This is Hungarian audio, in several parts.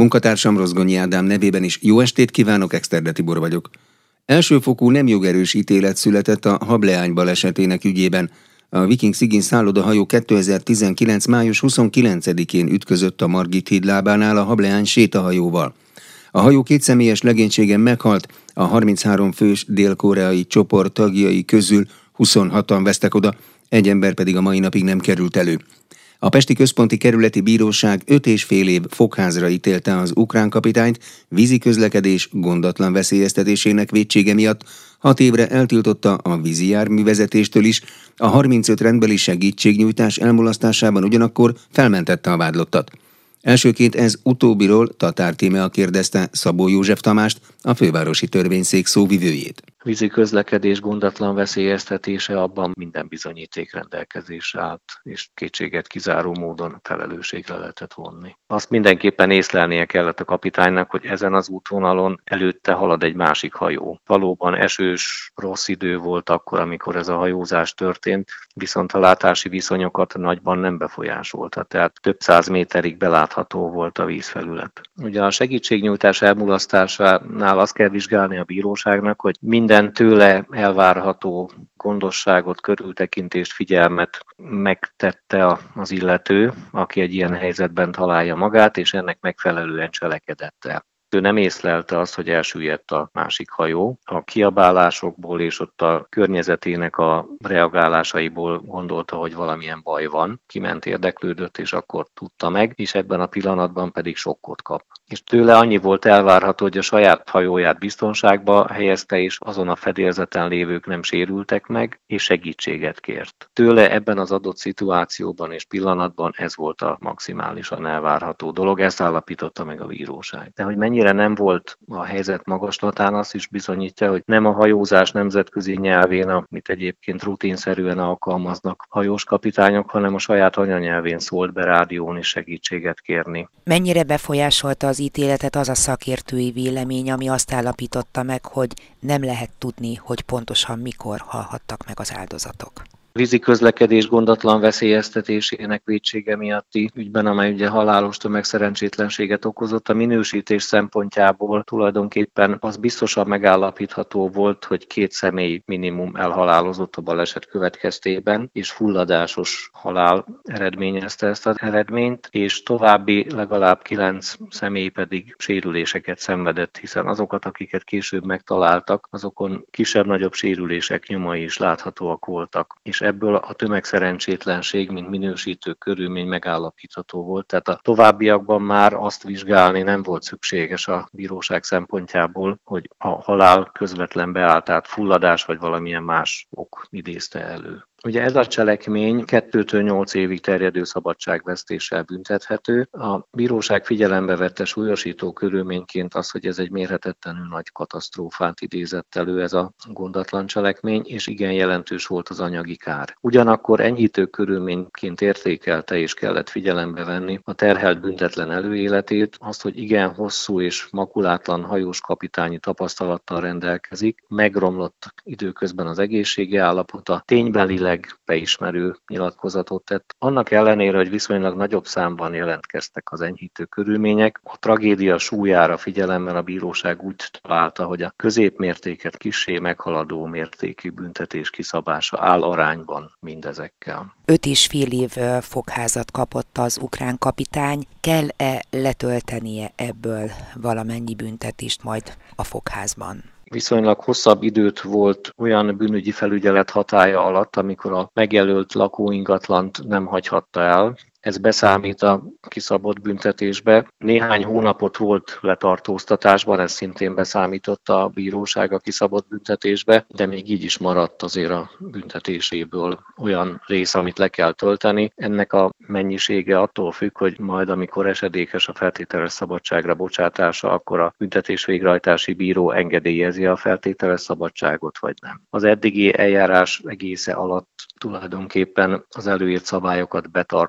Munkatársam Rozgonyi Ádám nevében is jó estét kívánok, Exterde Tibor vagyok. Elsőfokú nem jogerős ítélet született a Hableány balesetének ügyében. A Viking Szigin szállodahajó 2019. május 29-én ütközött a Margit híd lábánál a Hableány sétahajóval. A hajó kétszemélyes legénységen meghalt, a 33 fős dél-koreai csoport tagjai közül 26-an vesztek oda, egy ember pedig a mai napig nem került elő. A Pesti Központi Kerületi Bíróság 5,5 év fogházra ítélte az ukrán kapitányt vízi közlekedés gondatlan veszélyeztetésének vétsége miatt, 6 évre eltiltotta a vízi járművezetéstől is, a 35 rendbeli segítségnyújtás elmulasztásában ugyanakkor felmentette a vádlottat. Elsőként ez utóbbiról Tatár Tímea kérdezte Szabó József Tamást, a fővárosi törvényszék szóvivőjét. Vízi közlekedés gondatlan veszélyeztetése, abban minden bizonyíték rendelkezésre állt, és kétséget kizáró módon felelősségre lehetett vonni. Azt mindenképpen észlelnie kellett a kapitánynak, hogy ezen az útvonalon előtte halad egy másik hajó. Valóban esős, rossz idő volt akkor, amikor ez a hajózás történt, viszont a látási viszonyokat nagyban nem befolyásolta, tehát több 100 méterig belátható volt a vízfelület. Ugye a segítségnyújtás elmulasztásánál azt kell vizsgálni a bíróságnak, hogy minden tőle elvárható gondosságot, körültekintést, figyelmet megtette az illető, aki egy ilyen helyzetben találja magát, és ennek megfelelően cselekedett el. Ő nem észlelte azt, hogy elsüllyedt a másik hajó. A kiabálásokból és ott a környezetének a reagálásaiból gondolta, hogy valamilyen baj van. Kiment, érdeklődött, és akkor tudta meg, és ebben a pillanatban pedig sokkot kap. És tőle annyi volt elvárható, hogy a saját hajóját biztonságba helyezte, és azon a fedélzeten lévők nem sérültek meg, és segítséget kért. Tőle ebben az adott szituációban és pillanatban ez volt a maximálisan elvárható dolog, ezt állapította meg a bíróság. De hogy mennyire nem volt a helyzet magaslatán, azt is bizonyítja, hogy nem a hajózás nemzetközi nyelvén, amit egyébként rutinszerűen alkalmaznak hajós kapitányok, hanem a saját anyanyelvén szólt be rádión is segítséget kérni. Mennyire befolyásolta az ítéletet az a szakértői vélemény, ami azt állapította meg, hogy nem lehet tudni, hogy pontosan mikor halhattak meg az áldozatok? Vízi közlekedés gondatlan veszélyeztetésének vétsége miatti ügyben, amely ugye halálos tömegszerencsétlenséget okozott, a minősítés szempontjából tulajdonképpen az biztosan megállapítható volt, hogy 2 személy minimum elhalálozott a baleset következtében, és fulladásos halál eredményezte ezt az eredményt, és további legalább 9 személy pedig sérüléseket szenvedett, hiszen azokat, akiket később megtaláltak, azokon kisebb-nagyobb sérülések nyomai is láthatóak voltak. És ebből a tömegszerencsétlenség, mint minősítő körülmény megállapítható volt. Tehát a továbbiakban már azt vizsgálni nem volt szükséges a bíróság szempontjából, hogy a halál közvetlen beállt, fulladás vagy valamilyen más ok idézte elő. Ugye ez a cselekmény 2-től 8 évig terjedő szabadságvesztéssel büntethető. A bíróság figyelembe vette súlyosító körülményként az, hogy ez egy mérhetetlenül nagy katasztrófát idézett elő ez a gondatlan cselekmény, és igen jelentős volt az anyagi kár. Ugyanakkor enyhítő körülményként értékelte és kellett figyelembe venni a terhelt büntetlen előéletét, azt, hogy igen hosszú és makulátlan hajós kapitányi tapasztalattal rendelkezik, megromlott időközben az egészségi állapota, ténybelileg beismerő nyilatkozatot tett. Annak ellenére, hogy viszonylag nagyobb számban jelentkeztek az enyhítő körülmények, a tragédia súlyára figyelemmel a bíróság úgy találta, hogy a középmértéket kissé meghaladó mértékű büntetés kiszabása áll arányban mindezekkel. 5,5 év fogházat kapott az ukrán kapitány. Kell-e letöltenie ebből valamennyi büntetést majd a fogházban? Viszonylag hosszabb időt volt olyan bűnügyi felügyelet hatálya alatt, amikor a megjelölt lakóingatlant nem hagyhatta el. Ez beszámít a kiszabott büntetésbe. Néhány hónapot volt letartóztatásban, ez szintén beszámított a bíróság a kiszabott büntetésbe, de még így is maradt azért a büntetéséből olyan rész, amit le kell tölteni. Ennek a mennyisége attól függ, hogy majd amikor esedékes a feltételes szabadságra bocsátása, akkor a büntetés végrehajtási bíró engedélyezi a feltételes szabadságot, vagy nem. Az eddigi eljárás egésze alatt tulajdonképpen az előírt szabályokat betartotta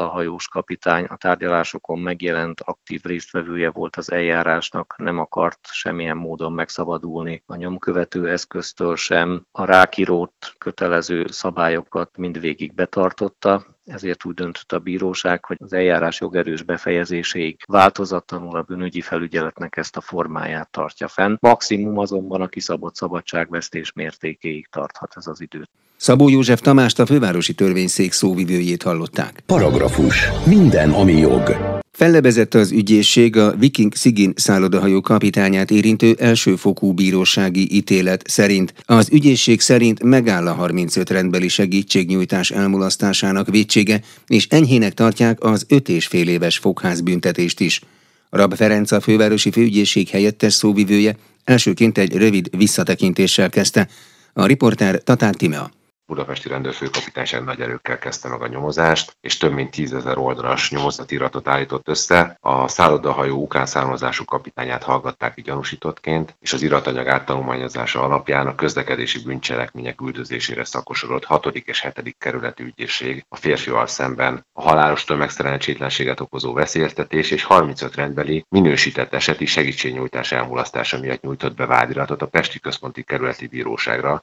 szállodahajós kapitány a tárgyalásokon megjelent, aktív résztvevője volt az eljárásnak, nem akart semmilyen módon megszabadulni a nyomkövető eszköztől sem. A rákirótt kötelező szabályokat mindvégig betartotta, ezért úgy döntött a bíróság, hogy az eljárás jogerős befejezéséig változatlanul a bűnügyi felügyeletnek ezt a formáját tartja fenn. Maximum azonban a kiszabott szabadságvesztés mértékéig tarthat ez az idő. Szabó József Tamást, a fővárosi törvényszék szóvivőjét hallották. Paragrafus. Minden, ami jog. Fellebezett az ügyészség a Viking Sigyn szállodahajó kapitányát érintő elsőfokú bírósági ítélet szerint. Az ügyészség szerint megáll a 35 rendbeli segítségnyújtás elmulasztásának vétsége, és enyhének tartják az 5,5 éves fogházbüntetést is. Rab Ferenc, a fővárosi főügyészség helyettes szóvivője elsőként egy rövid visszatekintéssel kezdte. A riporter Tatár Tímea. Budapesti Rendőrfőkapitányság nagy erőkkel kezdte meg a nyomozást, és több mint 10 000 oldalas nyomozatiratot állított össze. A szállodahajó ukrán származású kapitányát hallgatták ki gyanúsítottként, és az iratanyag áttanulmányozása alapján a közlekedési bűncselekmények üldözésére szakosodott 6. és 7. kerületi ügyészség a férfival szemben a halálos tömegszerencsétlenséget okozó veszélyeztetés és 35 rendbeli minősített eseti segítségnyújtás elmulasztása miatt nyújtott be vádiratot a Pesti Központi Kerületi Bíróságra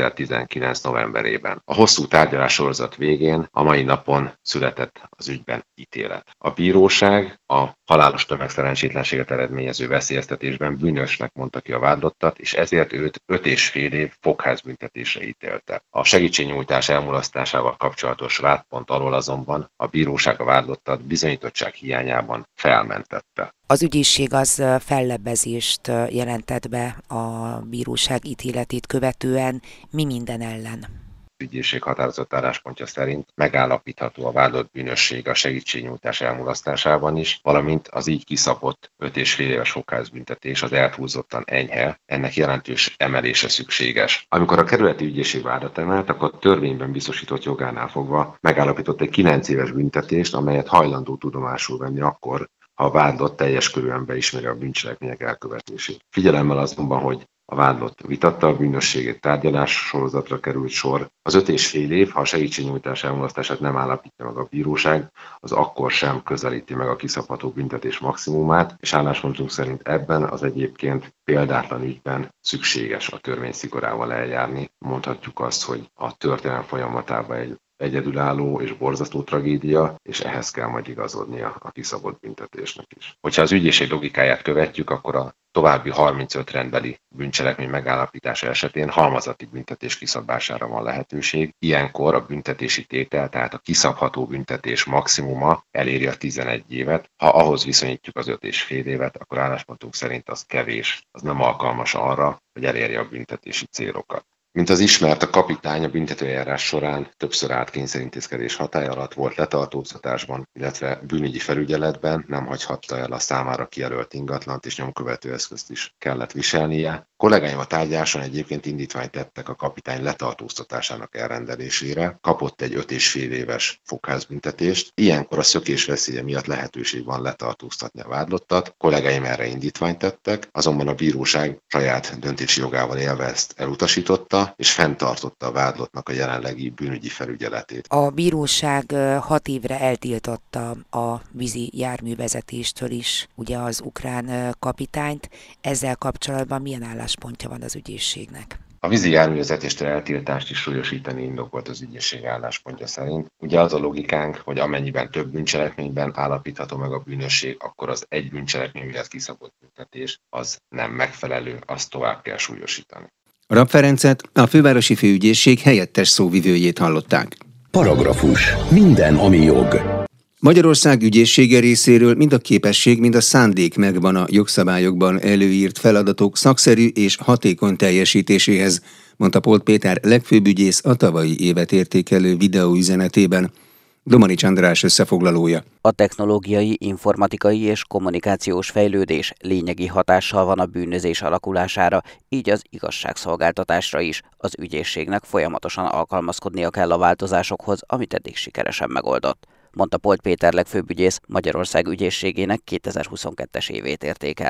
2019. novemberében. A hosszú tárgyalássorozat végén a mai napon született az ügyben ítélet. A bíróság a halálos tömegszerencsétlenséget eredményező veszélyeztetésben bűnösnek mondta ki a vádlottat, és ezért őt 5,5 év fogházbüntetésre ítélte. A segítségnyújtás elmulasztásával kapcsolatos vádpont alól azonban a bíróság a vádlottat bizonyítottság hiányában felmentette. Az ügyészség az fellebbezést jelentett be a bíróság ítéletét követően. Mi minden ellen? Az ügyészség határozott álláspontja szerint megállapítható a vádlott bűnösség a segítségnyújtás elmulasztásában is, valamint az így kiszabott 5,5 éves fogházbüntetés az elhúzottan enyhe, ennek jelentős emelése szükséges. Amikor a kerületi ügyészség vádat emelt, akkor törvényben biztosított jogánál fogva megállapított egy 9 éves büntetést, amelyet hajlandó tudomásul venni akkor, ha a vádlott teljes körűen beismeri a bűncselekmények elkövetését. Figyelemmel azonban, hogy a vádlott vitatta a bűnösségét, tárgyalás sorozatra került sor. Az 5,5 év, ha a segítségnyújtás elmulasztását nem állapítja meg a bíróság, az akkor sem közelíti meg a kiszabható büntetés maximumát, és álláspontunk szerint ebben az egyébként példátlan ügyben szükséges a törvény szigorával eljárni. Mondhatjuk azt, hogy a történelem folyamatában egy egyedülálló és borzasztó tragédia, és ehhez kell majd igazodnia a kiszabott büntetésnek is. Hogyha az ügyészség logikáját követjük, akkor a további 35 rendbeli bűncselekmény megállapítása esetén halmazati büntetés kiszabására van lehetőség. Ilyenkor a büntetési tétel, tehát a kiszabható büntetés maximuma eléri a 11 évet. Ha ahhoz viszonyítjuk az 5,5 évet, akkor álláspontunk szerint az kevés, az nem alkalmas arra, hogy elérje a büntetési célokat. Mint az ismert, a kapitány a büntetőeljárás során többször állt kényszerintézkedés hatálya alatt, volt letartóztatásban, illetve bűnügyi felügyeletben, nem hagyhatta el a számára kijelölt ingatlant és nyomkövető eszközt is kellett viselnie. Kollégáim a tárgyáson egyébként indítványt tettek a kapitány letartóztatásának elrendelésére, kapott egy 5,5 éves fogházbüntetést. Ilyenkor a szökés veszélye miatt lehetőség van letartóztatni a vádlottat. Kollégáim erre indítványt tettek, azonban a bíróság saját döntési jogával élve ezt elutasította, és fenntartotta a vádlottnak a jelenlegi bűnügyi felügyeletét. A bíróság 6 évre eltiltotta a vízi járművezetéstől is ugye az ukrán kapitányt. Ezzel kapcsolatban milyen álláspontja van az ügyészségnek? A vízi járművezetéstől eltiltást is súlyosítani indokolt az ügyészség álláspontja szerint. Ugye az a logikánk, hogy amennyiben több bűncselekményben állapítható meg a bűnösség, akkor az egy bűncselekmény miatt kiszabott büntetés az nem megfelelő, azt tovább kell súlyosítani. Rab Ferencet, a fővárosi főügyészség helyettes szóvivőjét hallották. Paragrafus. Minden, ami jog. Magyarország ügyészsége részéről mind a képesség, mind a szándék megvan a jogszabályokban előírt feladatok szakszerű és hatékony teljesítéséhez, mondta Polt Péter legfőbb ügyész a tavalyi évet értékelő videóüzenetében. Domanics András összefoglalója. A technológiai, informatikai és kommunikációs fejlődés lényegi hatással van a bűnözés alakulására, így az igazságszolgáltatásra is. Az ügyészségnek folyamatosan alkalmazkodnia kell a változásokhoz, amit eddig sikeresen megoldott, mondta Polt Péter legfőbb ügyész Magyarország ügyészségének 2022-es évét értékelve.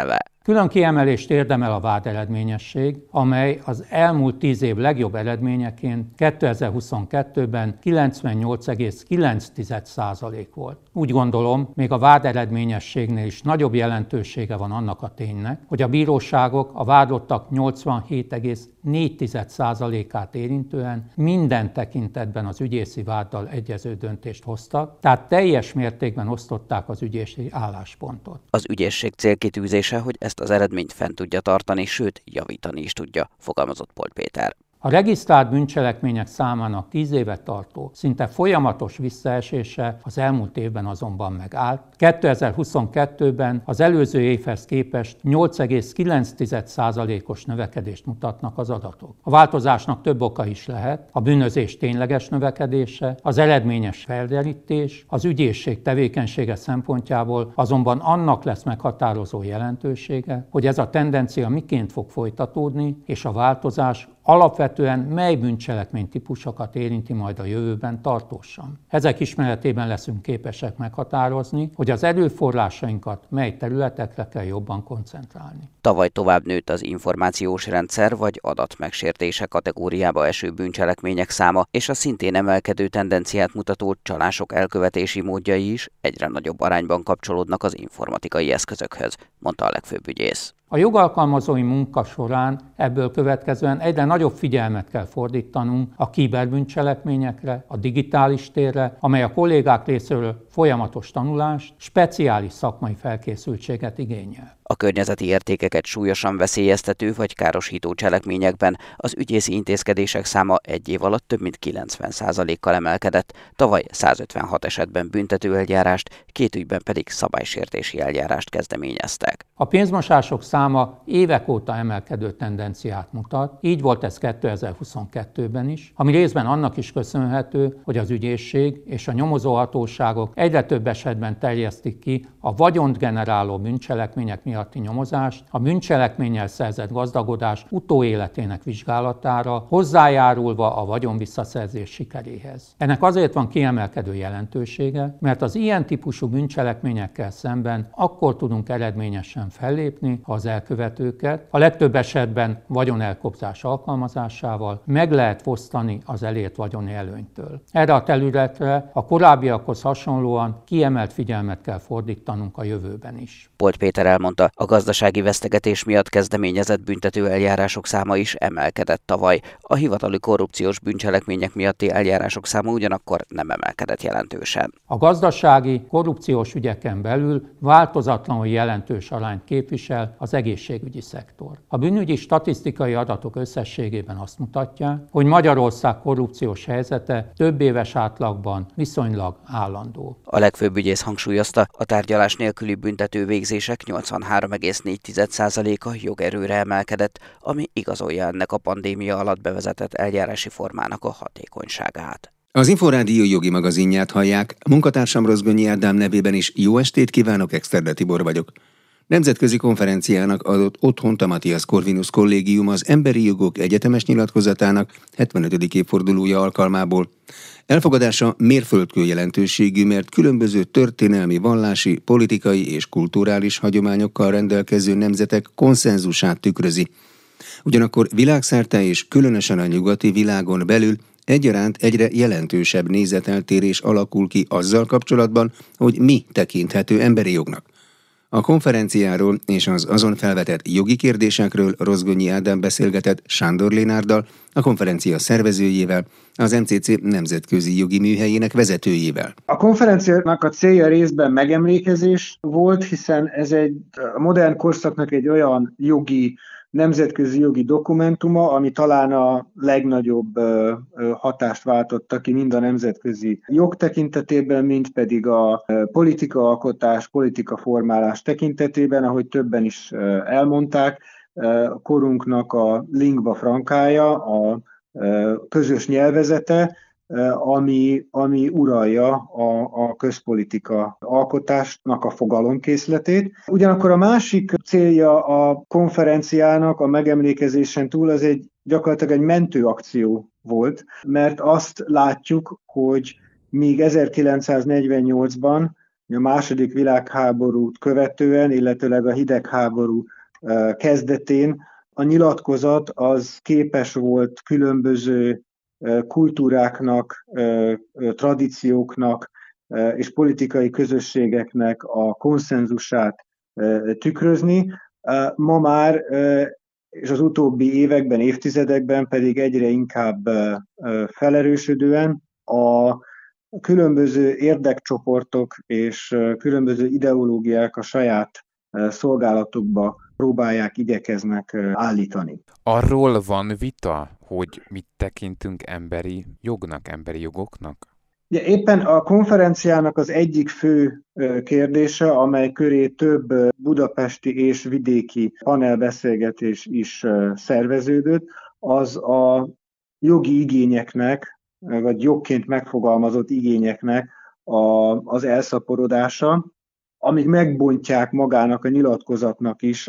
Külön kiemelést érdemel a váderedményesség, amely az elmúlt 10 év legjobb eredményeként 2022-ben 98,9% volt. Úgy gondolom, még a váderedményességnél is nagyobb jelentősége van annak a ténynek, hogy a bíróságok a vádlottak 87,4%-át érintően minden tekintetben az ügyészi váddal egyező döntést hoztak, tehát teljes mértékben osztották az ügyészi álláspontot. Az ügyészség célkitűzése, hogy ezt az eredményt fent tudja tartani, sőt, javítani is tudja, fogalmazott Polt Péter. A regisztrált bűncselekmények számának 10 éve tartó, szinte folyamatos visszaesése az elmúlt évben azonban megállt. 2022-ben az előző évhez képest 8,9%-os növekedést mutatnak az adatok. A változásnak több oka is lehet: a bűnözés tényleges növekedése, az eredményes felderítés, az ügyészség tevékenysége szempontjából azonban annak lesz meghatározó jelentősége, hogy ez a tendencia miként fog folytatódni, és a változás alapvetően mely bűncselekmény típusokat érinti majd a jövőben tartósan. Ezek ismeretében leszünk képesek meghatározni, hogy az erőforrásainkat mely területekre kell jobban koncentrálni. Tavaly tovább nőtt az információs rendszer vagy adatmegsértése kategóriába eső bűncselekmények száma, és a szintén emelkedő tendenciát mutató csalások elkövetési módjai is egyre nagyobb arányban kapcsolódnak az informatikai eszközökhöz, mondta a legfőbb ügyész. A jogalkalmazói munka során ebből következően egyre nagyobb figyelmet kell fordítanunk a kiberbűncselekményekre, a digitális térre, amely a kollégák részéről folyamatos tanulást, speciális szakmai felkészültséget igényel. A környezeti értékeket súlyosan veszélyeztető vagy károsító cselekményekben az ügyészi intézkedések száma egy év alatt több mint 90%-kal emelkedett, tavaly 156 esetben büntetőeljárást, 2 ügyben pedig szabálysértési eljárást kezdeményeztek. A pénzmosások száma évek óta emelkedő tendenciát mutat, így volt ez 2022-ben is, ami részben annak is köszönhető, hogy az ügyészség és a nyomozóhatóságok egyre több esetben terjesztik ki a vagyont generáló bűncselekmények miatti nyomozást, a bűncselekménnyel szerzett gazdagodás utóéletének vizsgálatára, hozzájárulva a vagyon visszaszerzés sikeréhez. Ennek azért van kiemelkedő jelentősége, mert az ilyen típusú bűncselekményekkel szemben akkor tudunk eredményesen fellépni, ha az elkövetőket a legtöbb esetben vagyonelkobzás alkalmazásával meg lehet fosztani az elért vagyoni előnytől. Erre a területre a korábbiakhoz hasonlóan kiemelt figyelmet kell fordítanunk a jövőben is. Polt Péter elmondta, a gazdasági vesztegetés miatt kezdeményezett büntetőeljárások száma is emelkedett tavaly. A hivatali korrupciós bűncselekmények miatti eljárások száma ugyanakkor nem emelkedett jelentősen. A gazdasági korrupciós ügyeken belül változatlanul jelentős arányt képvisel az egészségügyi szektor. A bűnügyi statisztikai adatok összességében azt mutatják, hogy Magyarország korrupciós helyzete több éves átlagban viszonylag állandó. A legfőbb ügyész hangsúlyozta, a tárgyalás nélküli büntetővégzések 83,4%-a jogerőre emelkedett, ami igazolja ennek a pandémia alatt bevezetett eljárási formának a hatékonyságát. Az Inforádió jogi magazinját hallják, munkatársam Rozgonyi Ádám nevében is jó estét kívánok, Exterde Tibor vagyok. Nemzetközi konferenciának adott otthont a Matthias Corvinus Kollégium az Emberi Jogok Egyetemes Nyilatkozatának 75. évfordulója alkalmából. Elfogadása mérföldkő jelentőségű, mert különböző történelmi, vallási, politikai és kulturális hagyományokkal rendelkező nemzetek konszenzusát tükrözi. Ugyanakkor világszerte és különösen a nyugati világon belül egyaránt egyre jelentősebb nézeteltérés alakul ki azzal kapcsolatban, hogy mi tekinthető emberi jognak. A konferenciáról és az azon felvetett jogi kérdésekről Rozgonyi Ádám beszélgetett Sándor Lénárdal, a konferencia szervezőjével, az MCC nemzetközi jogi műhelyének vezetőjével. A konferenciának a célja részben megemlékezés volt, hiszen ez a modern korszaknak egy olyan nemzetközi jogi dokumentuma, ami talán a legnagyobb hatást váltotta ki mind a nemzetközi jog tekintetében, mind pedig a politikaalkotás, politikaformálás tekintetében, ahogy többen is elmondták, korunknak a lingua frankája, a közös nyelvezete, ami uralja a közpolitika alkotásnak a fogalomkészletét. Ugyanakkor a másik célja a konferenciának a megemlékezésen túl az gyakorlatilag egy mentőakció volt, mert azt látjuk, hogy míg 1948-ban, a második világháborút követően, illetőleg a hidegháború kezdetén a nyilatkozat az képes volt különböző kultúráknak, tradícióknak és politikai közösségeknek a konszenzusát tükrözni. Ma már, és az utóbbi években, évtizedekben pedig egyre inkább felerősödően a különböző érdekcsoportok és különböző ideológiák a saját szolgálatukba próbálják, igyekeznek állítani. Arról van vita, hogy mit tekintünk emberi jognak, emberi jogoknak? Ja, éppen a konferenciának az egyik fő kérdése, amely köré több budapesti és vidéki panelbeszélgetés is szerveződött, az a jogi igényeknek, vagy jogként megfogalmazott igényeknek az elszaporodása, amik megbontják magának a nyilatkozatnak is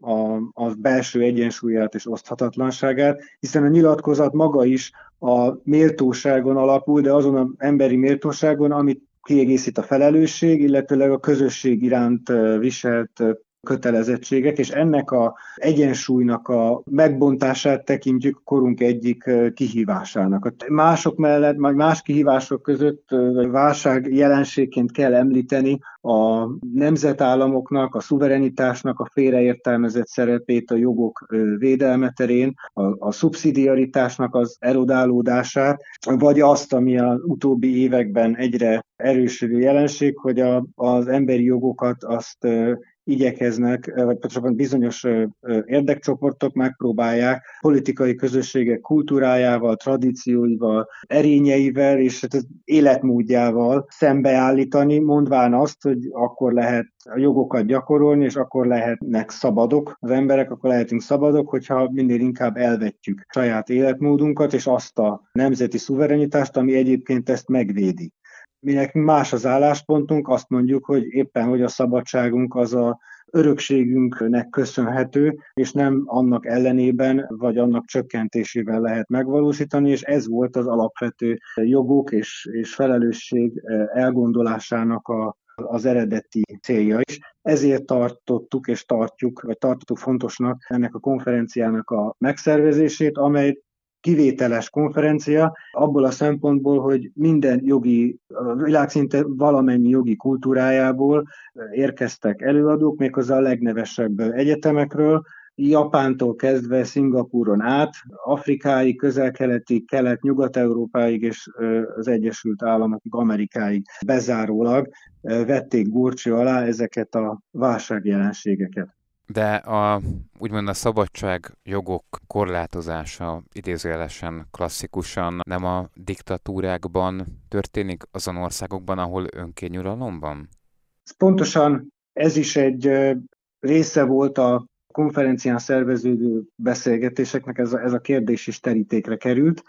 a belső egyensúlyát és oszthatatlanságát, hiszen a nyilatkozat maga is a méltóságon alapul, de azon az emberi méltóságon, amit kiegészít a felelősség, illetőleg a közösség iránt viselt kötelezettségek, és ennek az egyensúlynak a megbontását tekintjük korunk egyik kihívásának. Mások mellett, vagy más kihívások között válság jelenségként kell említeni a nemzetállamoknak, a szuverenitásnak a félreértelmezett szerepét a jogok védelme terén, a szubszidiaritásnak az erodálódását, vagy azt, ami az utóbbi években egyre erősödő jelenség, hogy az emberi jogokat azt igyekeznek, vagy pontosabban bizonyos érdekcsoportok megpróbálják politikai közösségek kultúrájával, tradícióival, erényeivel és az életmódjával szembeállítani, mondván azt, hogy akkor lehet a jogokat gyakorolni, és akkor lehetnek szabadok az emberek, akkor lehetünk szabadok, hogyha minél inkább elvetjük saját életmódunkat, és azt a nemzeti szuverenitást, ami egyébként ezt megvédi. Mi nekünk más az álláspontunk, azt mondjuk, hogy éppen hogy a szabadságunk az a örökségünknek köszönhető, és nem annak ellenében, vagy annak csökkentésével lehet megvalósítani, és ez volt az alapvető jogok és felelősség elgondolásának az eredeti célja is. Ezért tartottuk és tartottuk fontosnak ennek a konferenciának a megszervezését, amely kivételes konferencia, abból a szempontból, hogy minden jogi, világszinte valamennyi jogi kultúrájából érkeztek előadók, méghozzá a legnevesebb egyetemekről, Japántól kezdve Szingapúron át, Afrikáig, közel-keletig, Kelet-Nyugat-Európáig és az Egyesült Államokig, Amerikáig bezárólag vették górcső alá ezeket a válságjelenségeket. De úgymond a szabadságjogok korlátozása idézőjelesen klasszikusan nem a diktatúrákban történik, azon országokban, ahol önkényuralom van? Pontosan ez is egy része volt a konferencián szerveződő beszélgetéseknek, ez a kérdés is terítékre került,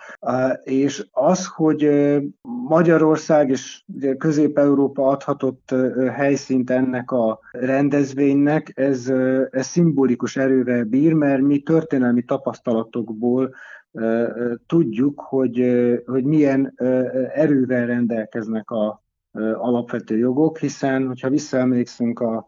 és az, hogy Magyarország és Közép-Európa adhatott helyszínt ennek a rendezvénynek, ez szimbolikus erővel bír, mert mi történelmi tapasztalatokból tudjuk, hogy milyen erővel rendelkeznek az alapvető jogok, hiszen, hogyha visszaemlékszünk a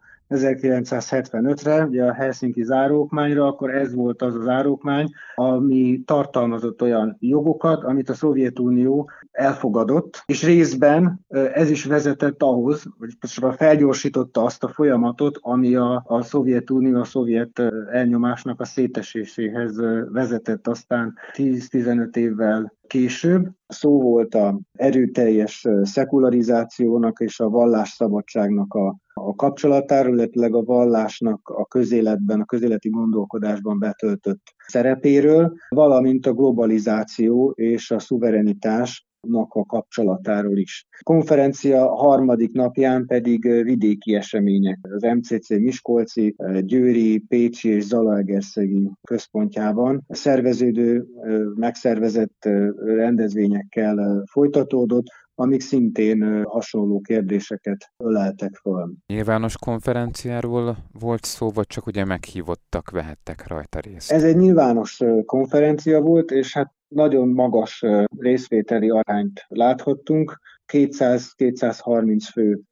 1975-re, ugye a Helsinki záróokmányra, akkor ez volt az a záróokmány, ami tartalmazott olyan jogokat, amit a Szovjetunió elfogadott, és részben ez is vezetett ahhoz, hogy felgyorsította azt a folyamatot, ami a Szovjetunió, a szovjet elnyomásnak a széteséséhez vezetett aztán 10-15 évvel később. Szó volt az erőteljes szekularizációnak és a vallásszabadságnak a kapcsolatáról, illetve a vallásnak a közéletben, a közéleti gondolkodásban betöltött szerepéről, valamint a globalizáció és a szuverenitásnak a kapcsolatáról is. A konferencia harmadik napján pedig vidéki események. Az MCC Miskolci, Győri, Pécsi és Zalaegerszegi központjában szerveződő, megszervezett rendezvényekkel folytatódott, amik szintén hasonló kérdéseket öleltek föl. Nyilvános konferenciáról volt szó, vagy csak ugye meghívottak vehettek rajta részt? Ez egy nyilvános konferencia volt, és hát nagyon magas részvételi arányt láthattunk. 200-230 fő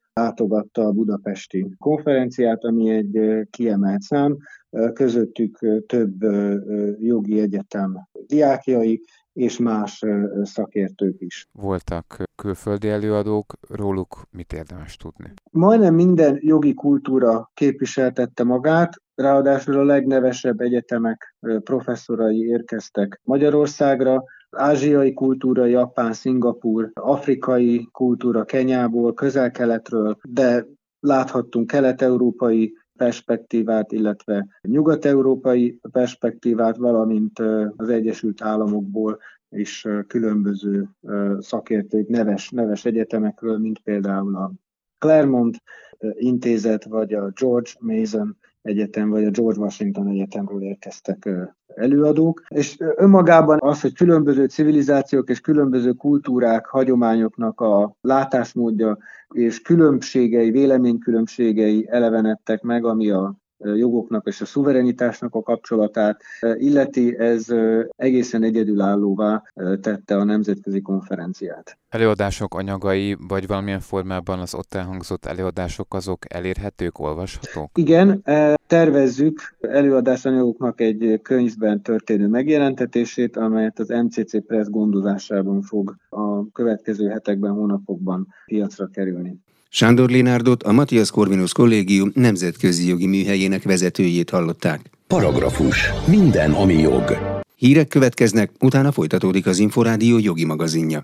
látogatta a budapesti konferenciát, ami egy kiemelt szám, közöttük több jogi egyetem diákjai és más szakértők is. Voltak külföldi előadók, róluk mit érdemes tudni? Majdnem minden jogi kultúra képviseltette magát, ráadásul a legnevesebb egyetemek professzorai érkeztek Magyarországra, ázsiai kultúra, Japán, Szingapúr, afrikai kultúra Kenyából, Közel-Keletről, de láthattunk kelet-európai perspektívát, illetve nyugat-európai perspektívát, valamint az Egyesült Államokból is különböző szakértők neves egyetemekről, mint például a Claremont intézet, vagy a George Mason Egyetem, vagy a George Washington Egyetemről érkeztek előadók. És önmagában az, hogy különböző civilizációk és különböző kultúrák, hagyományoknak a látásmódja és különbségei, véleménykülönbségei elevenedtek meg, ami a jogoknak és a szuverenitásnak a kapcsolatát illeti, ez egészen egyedülállóvá tette a nemzetközi konferenciát. Előadások anyagai, vagy valamilyen formában az ott elhangzott előadások, azok elérhetők, olvashatók? Igen, tervezzük előadásanyagoknak egy könyvben történő megjelentetését, amelyet az MCC Press gondozásában fog a következő hetekben, hónapokban piacra kerülni. Sándor Lénárdot, a Matthias Corvinus Kollégium nemzetközi jogi műhelyének vezetőjét hallották. Paragrafus. Minden, ami jog. Hírek következnek, utána folytatódik az Inforádió jogi magazinja.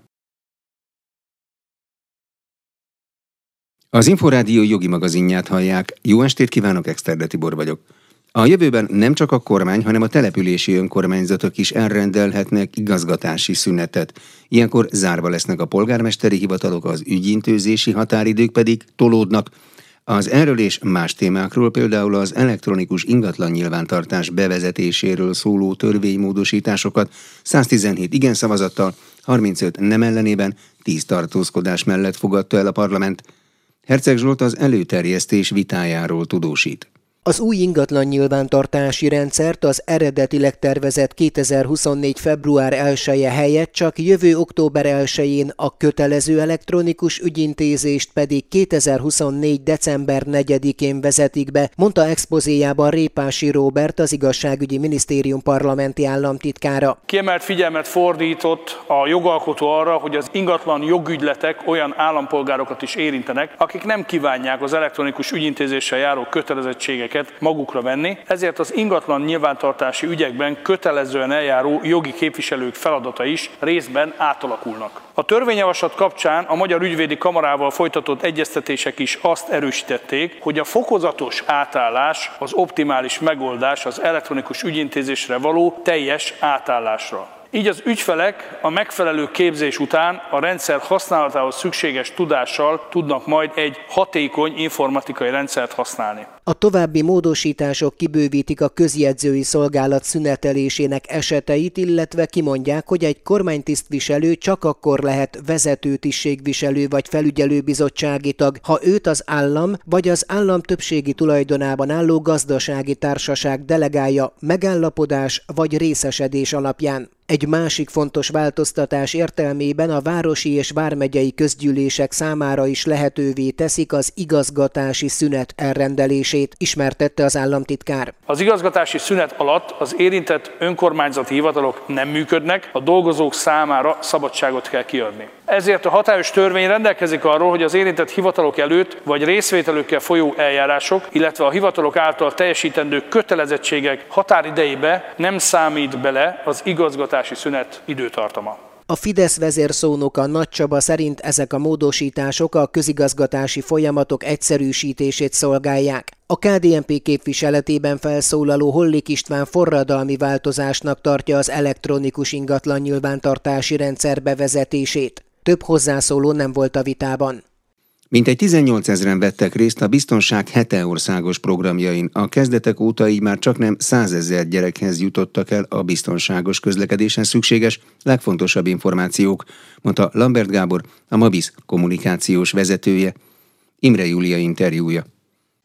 Az Inforádió jogi magazinját hallják. Jó estét kívánok, Exterde Tibor vagyok. A jövőben nem csak a kormány, hanem a települési önkormányzatok is elrendelhetnek igazgatási szünetet. Ilyenkor zárva lesznek a polgármesteri hivatalok, az ügyintézési határidők pedig tolódnak. Az erről és más témákról, például az elektronikus ingatlan nyilvántartás bevezetéséről szóló törvénymódosításokat 117 igen szavazattal, 35 nem ellenében, 10 tartózkodás mellett fogadta el a parlament. Herceg Zsolt az előterjesztés vitájáról tudósít. Az új ingatlan nyilvántartási rendszert az eredetileg tervezett 2024. február 1-e helyett csak jövő október 1-én, a kötelező elektronikus ügyintézést pedig 2024. december 4-én vezetik be, mondta expozéjában Répási Róbert, az Igazságügyi Minisztérium parlamenti államtitkára. Kiemelt figyelmet fordított a jogalkotó arra, hogy az ingatlan jogügyletek olyan állampolgárokat is érintenek, akik nem kívánják az elektronikus ügyintézéssel járó kötelezettségeket magukra venni, ezért az ingatlan nyilvántartási ügyekben kötelezően eljáró jogi képviselők feladata is részben átalakulnak. A törvényjavaslat kapcsán a Magyar Ügyvédi Kamarával folytatott egyeztetések is azt erősítették, hogy a fokozatos átállás az optimális megoldás az elektronikus ügyintézésre való teljes átállásra. Így az ügyfelek a megfelelő képzés után a rendszer használatához szükséges tudással tudnak majd egy hatékony informatikai rendszert használni. A további módosítások kibővítik a közjegyzői szolgálat szünetelésének eseteit, illetve kimondják, hogy egy kormánytisztviselő csak akkor lehet vezető tisztségviselő vagy felügyelőbizottsági tag, ha őt az állam vagy az állam többségi tulajdonában álló gazdasági társaság delegálja megállapodás vagy részesedés alapján. Egy másik fontos változtatás értelmében a városi és vármegyei közgyűlések számára is lehetővé teszik az igazgatási szünet elrendelését, ismertette az államtitkár. Az igazgatási szünet alatt az érintett önkormányzati hivatalok nem működnek, a dolgozók számára szabadságot kell kiadni. Ezért a hatályos törvény rendelkezik arról, hogy az érintett hivatalok előtt vagy részvételükkel folyó eljárások, illetve a hivatalok által teljesítendő kötelezettségek határidejébe nem számít bele az igazgatási szünet időtartama. A Fidesz vezérszónoka Nagy Csaba szerint ezek a módosítások a közigazgatási folyamatok egyszerűsítését szolgálják. A KDNP képviseletében felszólaló Hollik István forradalmi változásnak tartja az elektronikus ingatlan nyilvántartási rendszer bevezetését. Több hozzászóló nem volt a vitában. Mintegy 18 000-en vettek részt a Biztonság hete országos programjain. A kezdetek óta így már csaknem 100 000 gyerekhez jutottak el a biztonságos közlekedésen szükséges legfontosabb információk, mondta Lambert Gábor, a Mabisz kommunikációs vezetője. Imre Júlia interjúja.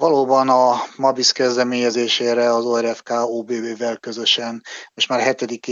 Valóban a MABISZ kezdeményezésére az ORFK OBV-vel közösen most már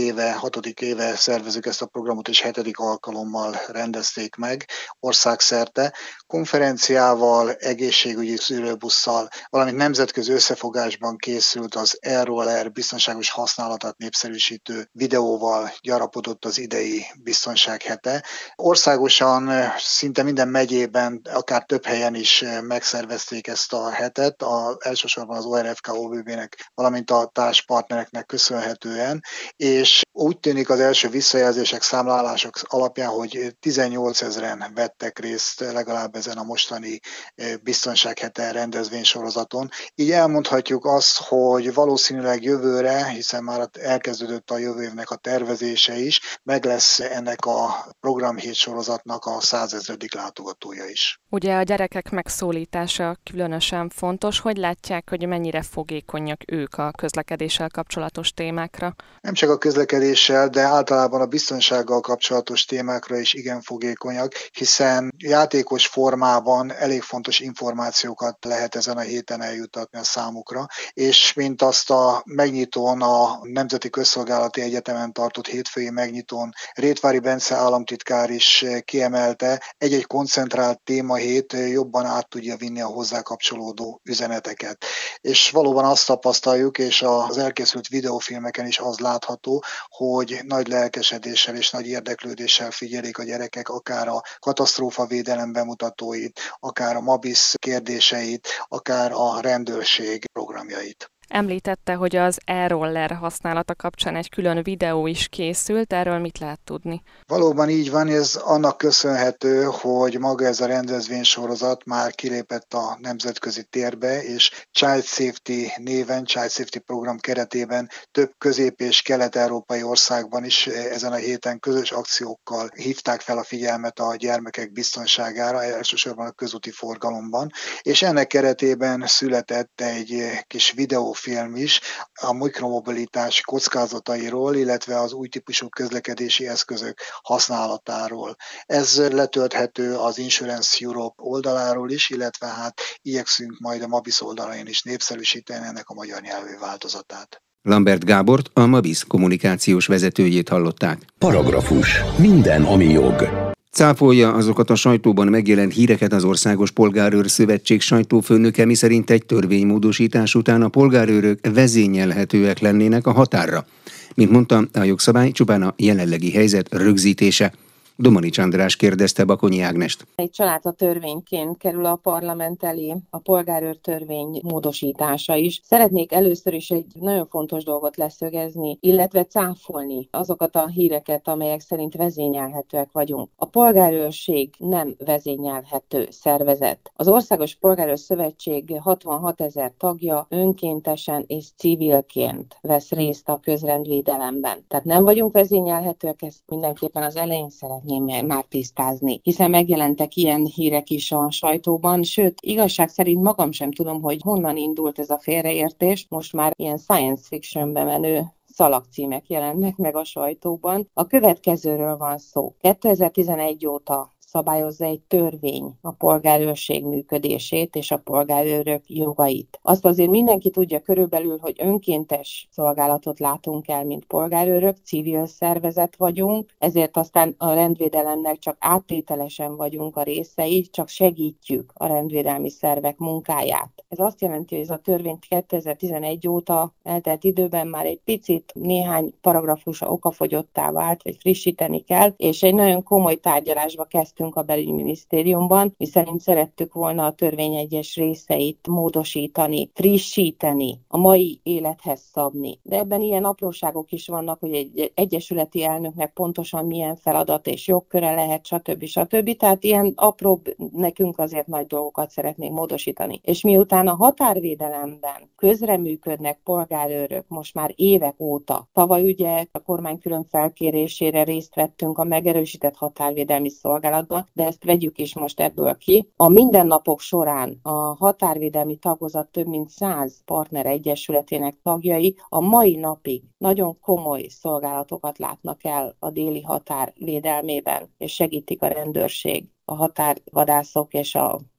6. éve szervezik ezt a programot, és 7. alkalommal rendezték meg országszerte. Konferenciával, egészségügyi szűrőbusszal, valamint nemzetközi összefogásban készült az e-roller biztonságos használatát népszerűsítő videóval gyarapodott az idei biztonság hete. Országosan szinte minden megyében, akár több helyen is megszervezték ezt a hetet, elsősorban az ORFK OBV-nek, valamint a társpartnereknek köszönhetően, és úgy tűnik az első visszajelzések, számlálások alapján, hogy 18 000-en vettek részt legalább ezen a mostani biztonsághete rendezvénysorozaton. Így elmondhatjuk azt, hogy valószínűleg jövőre, hiszen már elkezdődött a jövő évnek a tervezése is, meg lesz ennek a programhét sorozatnak a 100 000. látogatója is. Ugye a gyerekek megszólítása különösen fontos. Hogy látják, hogy mennyire fogékonyak ők a közlekedéssel kapcsolatos témákra? Nem csak a közlekedéssel, de általában a biztonsággal kapcsolatos témákra is igen fogékonyak, hiszen játékos formában elég fontos információkat lehet ezen a héten eljutatni a számukra, és mint azt a megnyitón, a Nemzeti Közszolgálati Egyetemen tartott hétfői megnyitón Rétvári Bence államtitkár is kiemelte, egy-egy koncentrált témahét jobban át tudja vinni a hozzá kapcsolódó üzeneteket. És valóban azt tapasztaljuk, és az elkészült videófilmeken is az látható, hogy nagy lelkesedéssel és nagy érdeklődéssel figyelik a gyerekek akár a katasztrófavédelem bemutatóit, akár a MABISZ kérdéseit, akár a rendőrség programjait. Említette, hogy az e-roller használata kapcsán egy külön videó is készült, erről mit lehet tudni? Valóban így van, ez annak köszönhető, hogy maga ez a rendezvénysorozat már kilépett a nemzetközi térbe, és Child Safety néven, Child Safety program keretében több közép- és kelet-európai országban is ezen a héten közös akciókkal hívták fel a figyelmet a gyermekek biztonságára, elsősorban a közúti forgalomban, és ennek keretében született egy kis videófilm is a mikromobilitás kockázatairól, illetve az új típusú közlekedési eszközök használatáról. Ez letölthető az Insurance Europe oldaláról is, illetve igyekszünk majd a MABISZ oldalain is népszerűsíteni ennek a magyar nyelvű változatát. Lambert Gábort, a MABISZ kommunikációs vezetőjét hallották. Paragrafus. Minden, ami jog. Cáfolja azokat a sajtóban megjelent híreket az Országos Polgárőr Szövetség sajtófőnöke, miszerint egy törvénymódosítás után a polgárőrök vezényelhetőek lennének a határra. Mint mondta, a jogszabály csupán a jelenlegi helyzet rögzítése. Domanics András kérdezte Bakonyi Ágnest. Egy családtörvényként kerül a parlament elé a polgárőr törvény módosítása is. Szeretnék először is egy nagyon fontos dolgot leszögezni, illetve cáfolni azokat a híreket, amelyek szerint vezényelhetőek vagyunk. A polgárőrség nem vezényelhető szervezet. Az Országos Polgárőr Szövetség 66 000 tagja önkéntesen és civilként vesz részt a közrendvédelemben. Tehát nem vagyunk vezényelhetőek, ezt mindenképpen az elején szeretném már tisztázni, hiszen megjelentek ilyen hírek is a sajtóban, sőt, igazság szerint magam sem tudom, hogy honnan indult ez a félreértés, most már ilyen science fictionbe menő szalagcímek jelennek meg a sajtóban. A következőről van szó. 2011 óta szabályozza egy törvény a polgárőrség működését és a polgárőrök jogait. Azt azért mindenki tudja körülbelül, hogy önkéntes szolgálatot látunk el, mint polgárőrök, civil szervezet vagyunk, ezért aztán a rendvédelemnek csak áttételesen vagyunk a részei, csak segítjük a rendvédelmi szervek munkáját. Ez azt jelenti, hogy ez a törvény 2011 óta eltelt időben már egy picit néhány paragrafusa okafogyottá vált, vagy frissíteni kell, és egy nagyon komoly tárgyalásba kezdtünk a belügyminisztériumban, miszerint szerettük volna a törvény egyes részeit módosítani, frissíteni, a mai élethez szabni. De ebben ilyen apróságok is vannak, hogy egy egyesületi elnöknek pontosan milyen feladat és jogköre lehet, stb. Tehát ilyen apróbb, nekünk azért nagy dolgokat szeretnénk módosítani. És miután a határvédelemben közreműködnek polgárőrök most már évek óta, tavaly ugye a kormány külön felkérésére részt vettünk a megerősített határvédelmi szolgálatban, de ezt vegyük is most ebből ki. A mindennapok során a határvédelmi tagozat több mint 100 partner egyesületének tagjai a mai napig nagyon komoly szolgálatokat látnak el a déli határ védelmében, és segítik a rendőrség, a határvadászok és a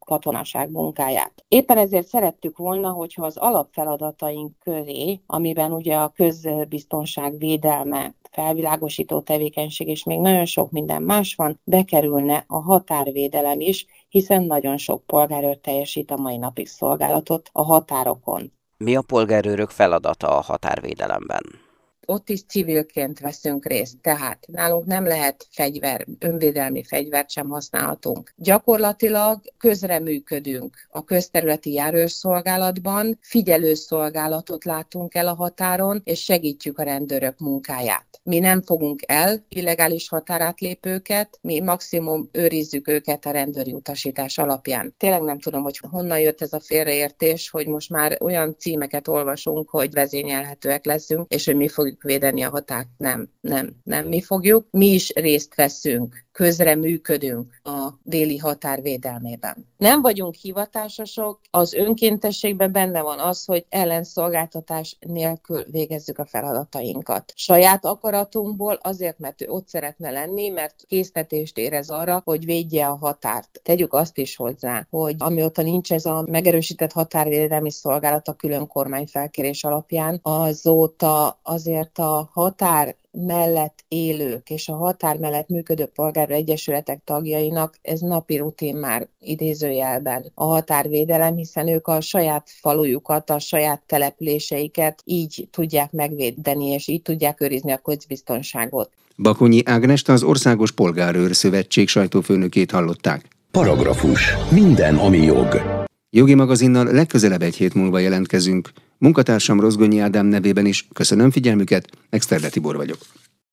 katonaság munkáját. Éppen ezért szerettük volna, hogyha az alapfeladataink közé, amiben ugye a közbiztonság védelme, felvilágosító tevékenység és még nagyon sok minden más van, bekerülne a határvédelem is, hiszen nagyon sok polgárőr teljesít a mai napig szolgálatot a határokon. Mi a polgárőrök feladata a határvédelemben? Ott is civilként veszünk részt, tehát nálunk nem lehet önvédelmi fegyvert sem használhatunk. Gyakorlatilag közreműködünk a közterületi járőrszolgálatban, figyelőszolgálatot látunk el a határon, és segítjük a rendőrök munkáját. Mi nem fogunk el illegális határátlépőket, mi maximum őrizzük őket a rendőri utasítás alapján. Tényleg nem tudom, hogy honnan jött ez a félreértés, hogy most már olyan címeket olvasunk, hogy vezényelhetőek leszünk, és hogy mi fogjuk védeni a határt. Nem, mi fogjuk. Mi is részt veszünk, közreműködünk a déli határ védelmében. Nem vagyunk hivatásosok, az önkéntességben benne van az, hogy ellenszolgáltatás nélkül végezzük a feladatainkat. Saját akaratunkból azért, mert ő ott szeretne lenni, mert késztetést érez arra, hogy védje a határt. Tegyük azt is hozzá, hogy amióta nincs ez a megerősített határvédelmi szolgálat a külön kormányfelkérés alapján, azóta azért a határ mellett élők és a határ mellett működő polgárőr egyesületek tagjainak ez napi rutin már idézőjelben a határvédelem, hiszen ők a saját falujukat, a saját településeiket így tudják megvédeni, és így tudják őrizni a közbiztonságot. Bakonyi Ágnest, az Országos Polgárőr Szövetség sajtófőnökét hallották. Paragrafus. Minden, ami jog. Jogi magazinnal legközelebb egy hét múlva jelentkezünk. Munkatársam Rozgonyi Ádám nevében is köszönöm figyelmüket, Exterde Tibor vagyok.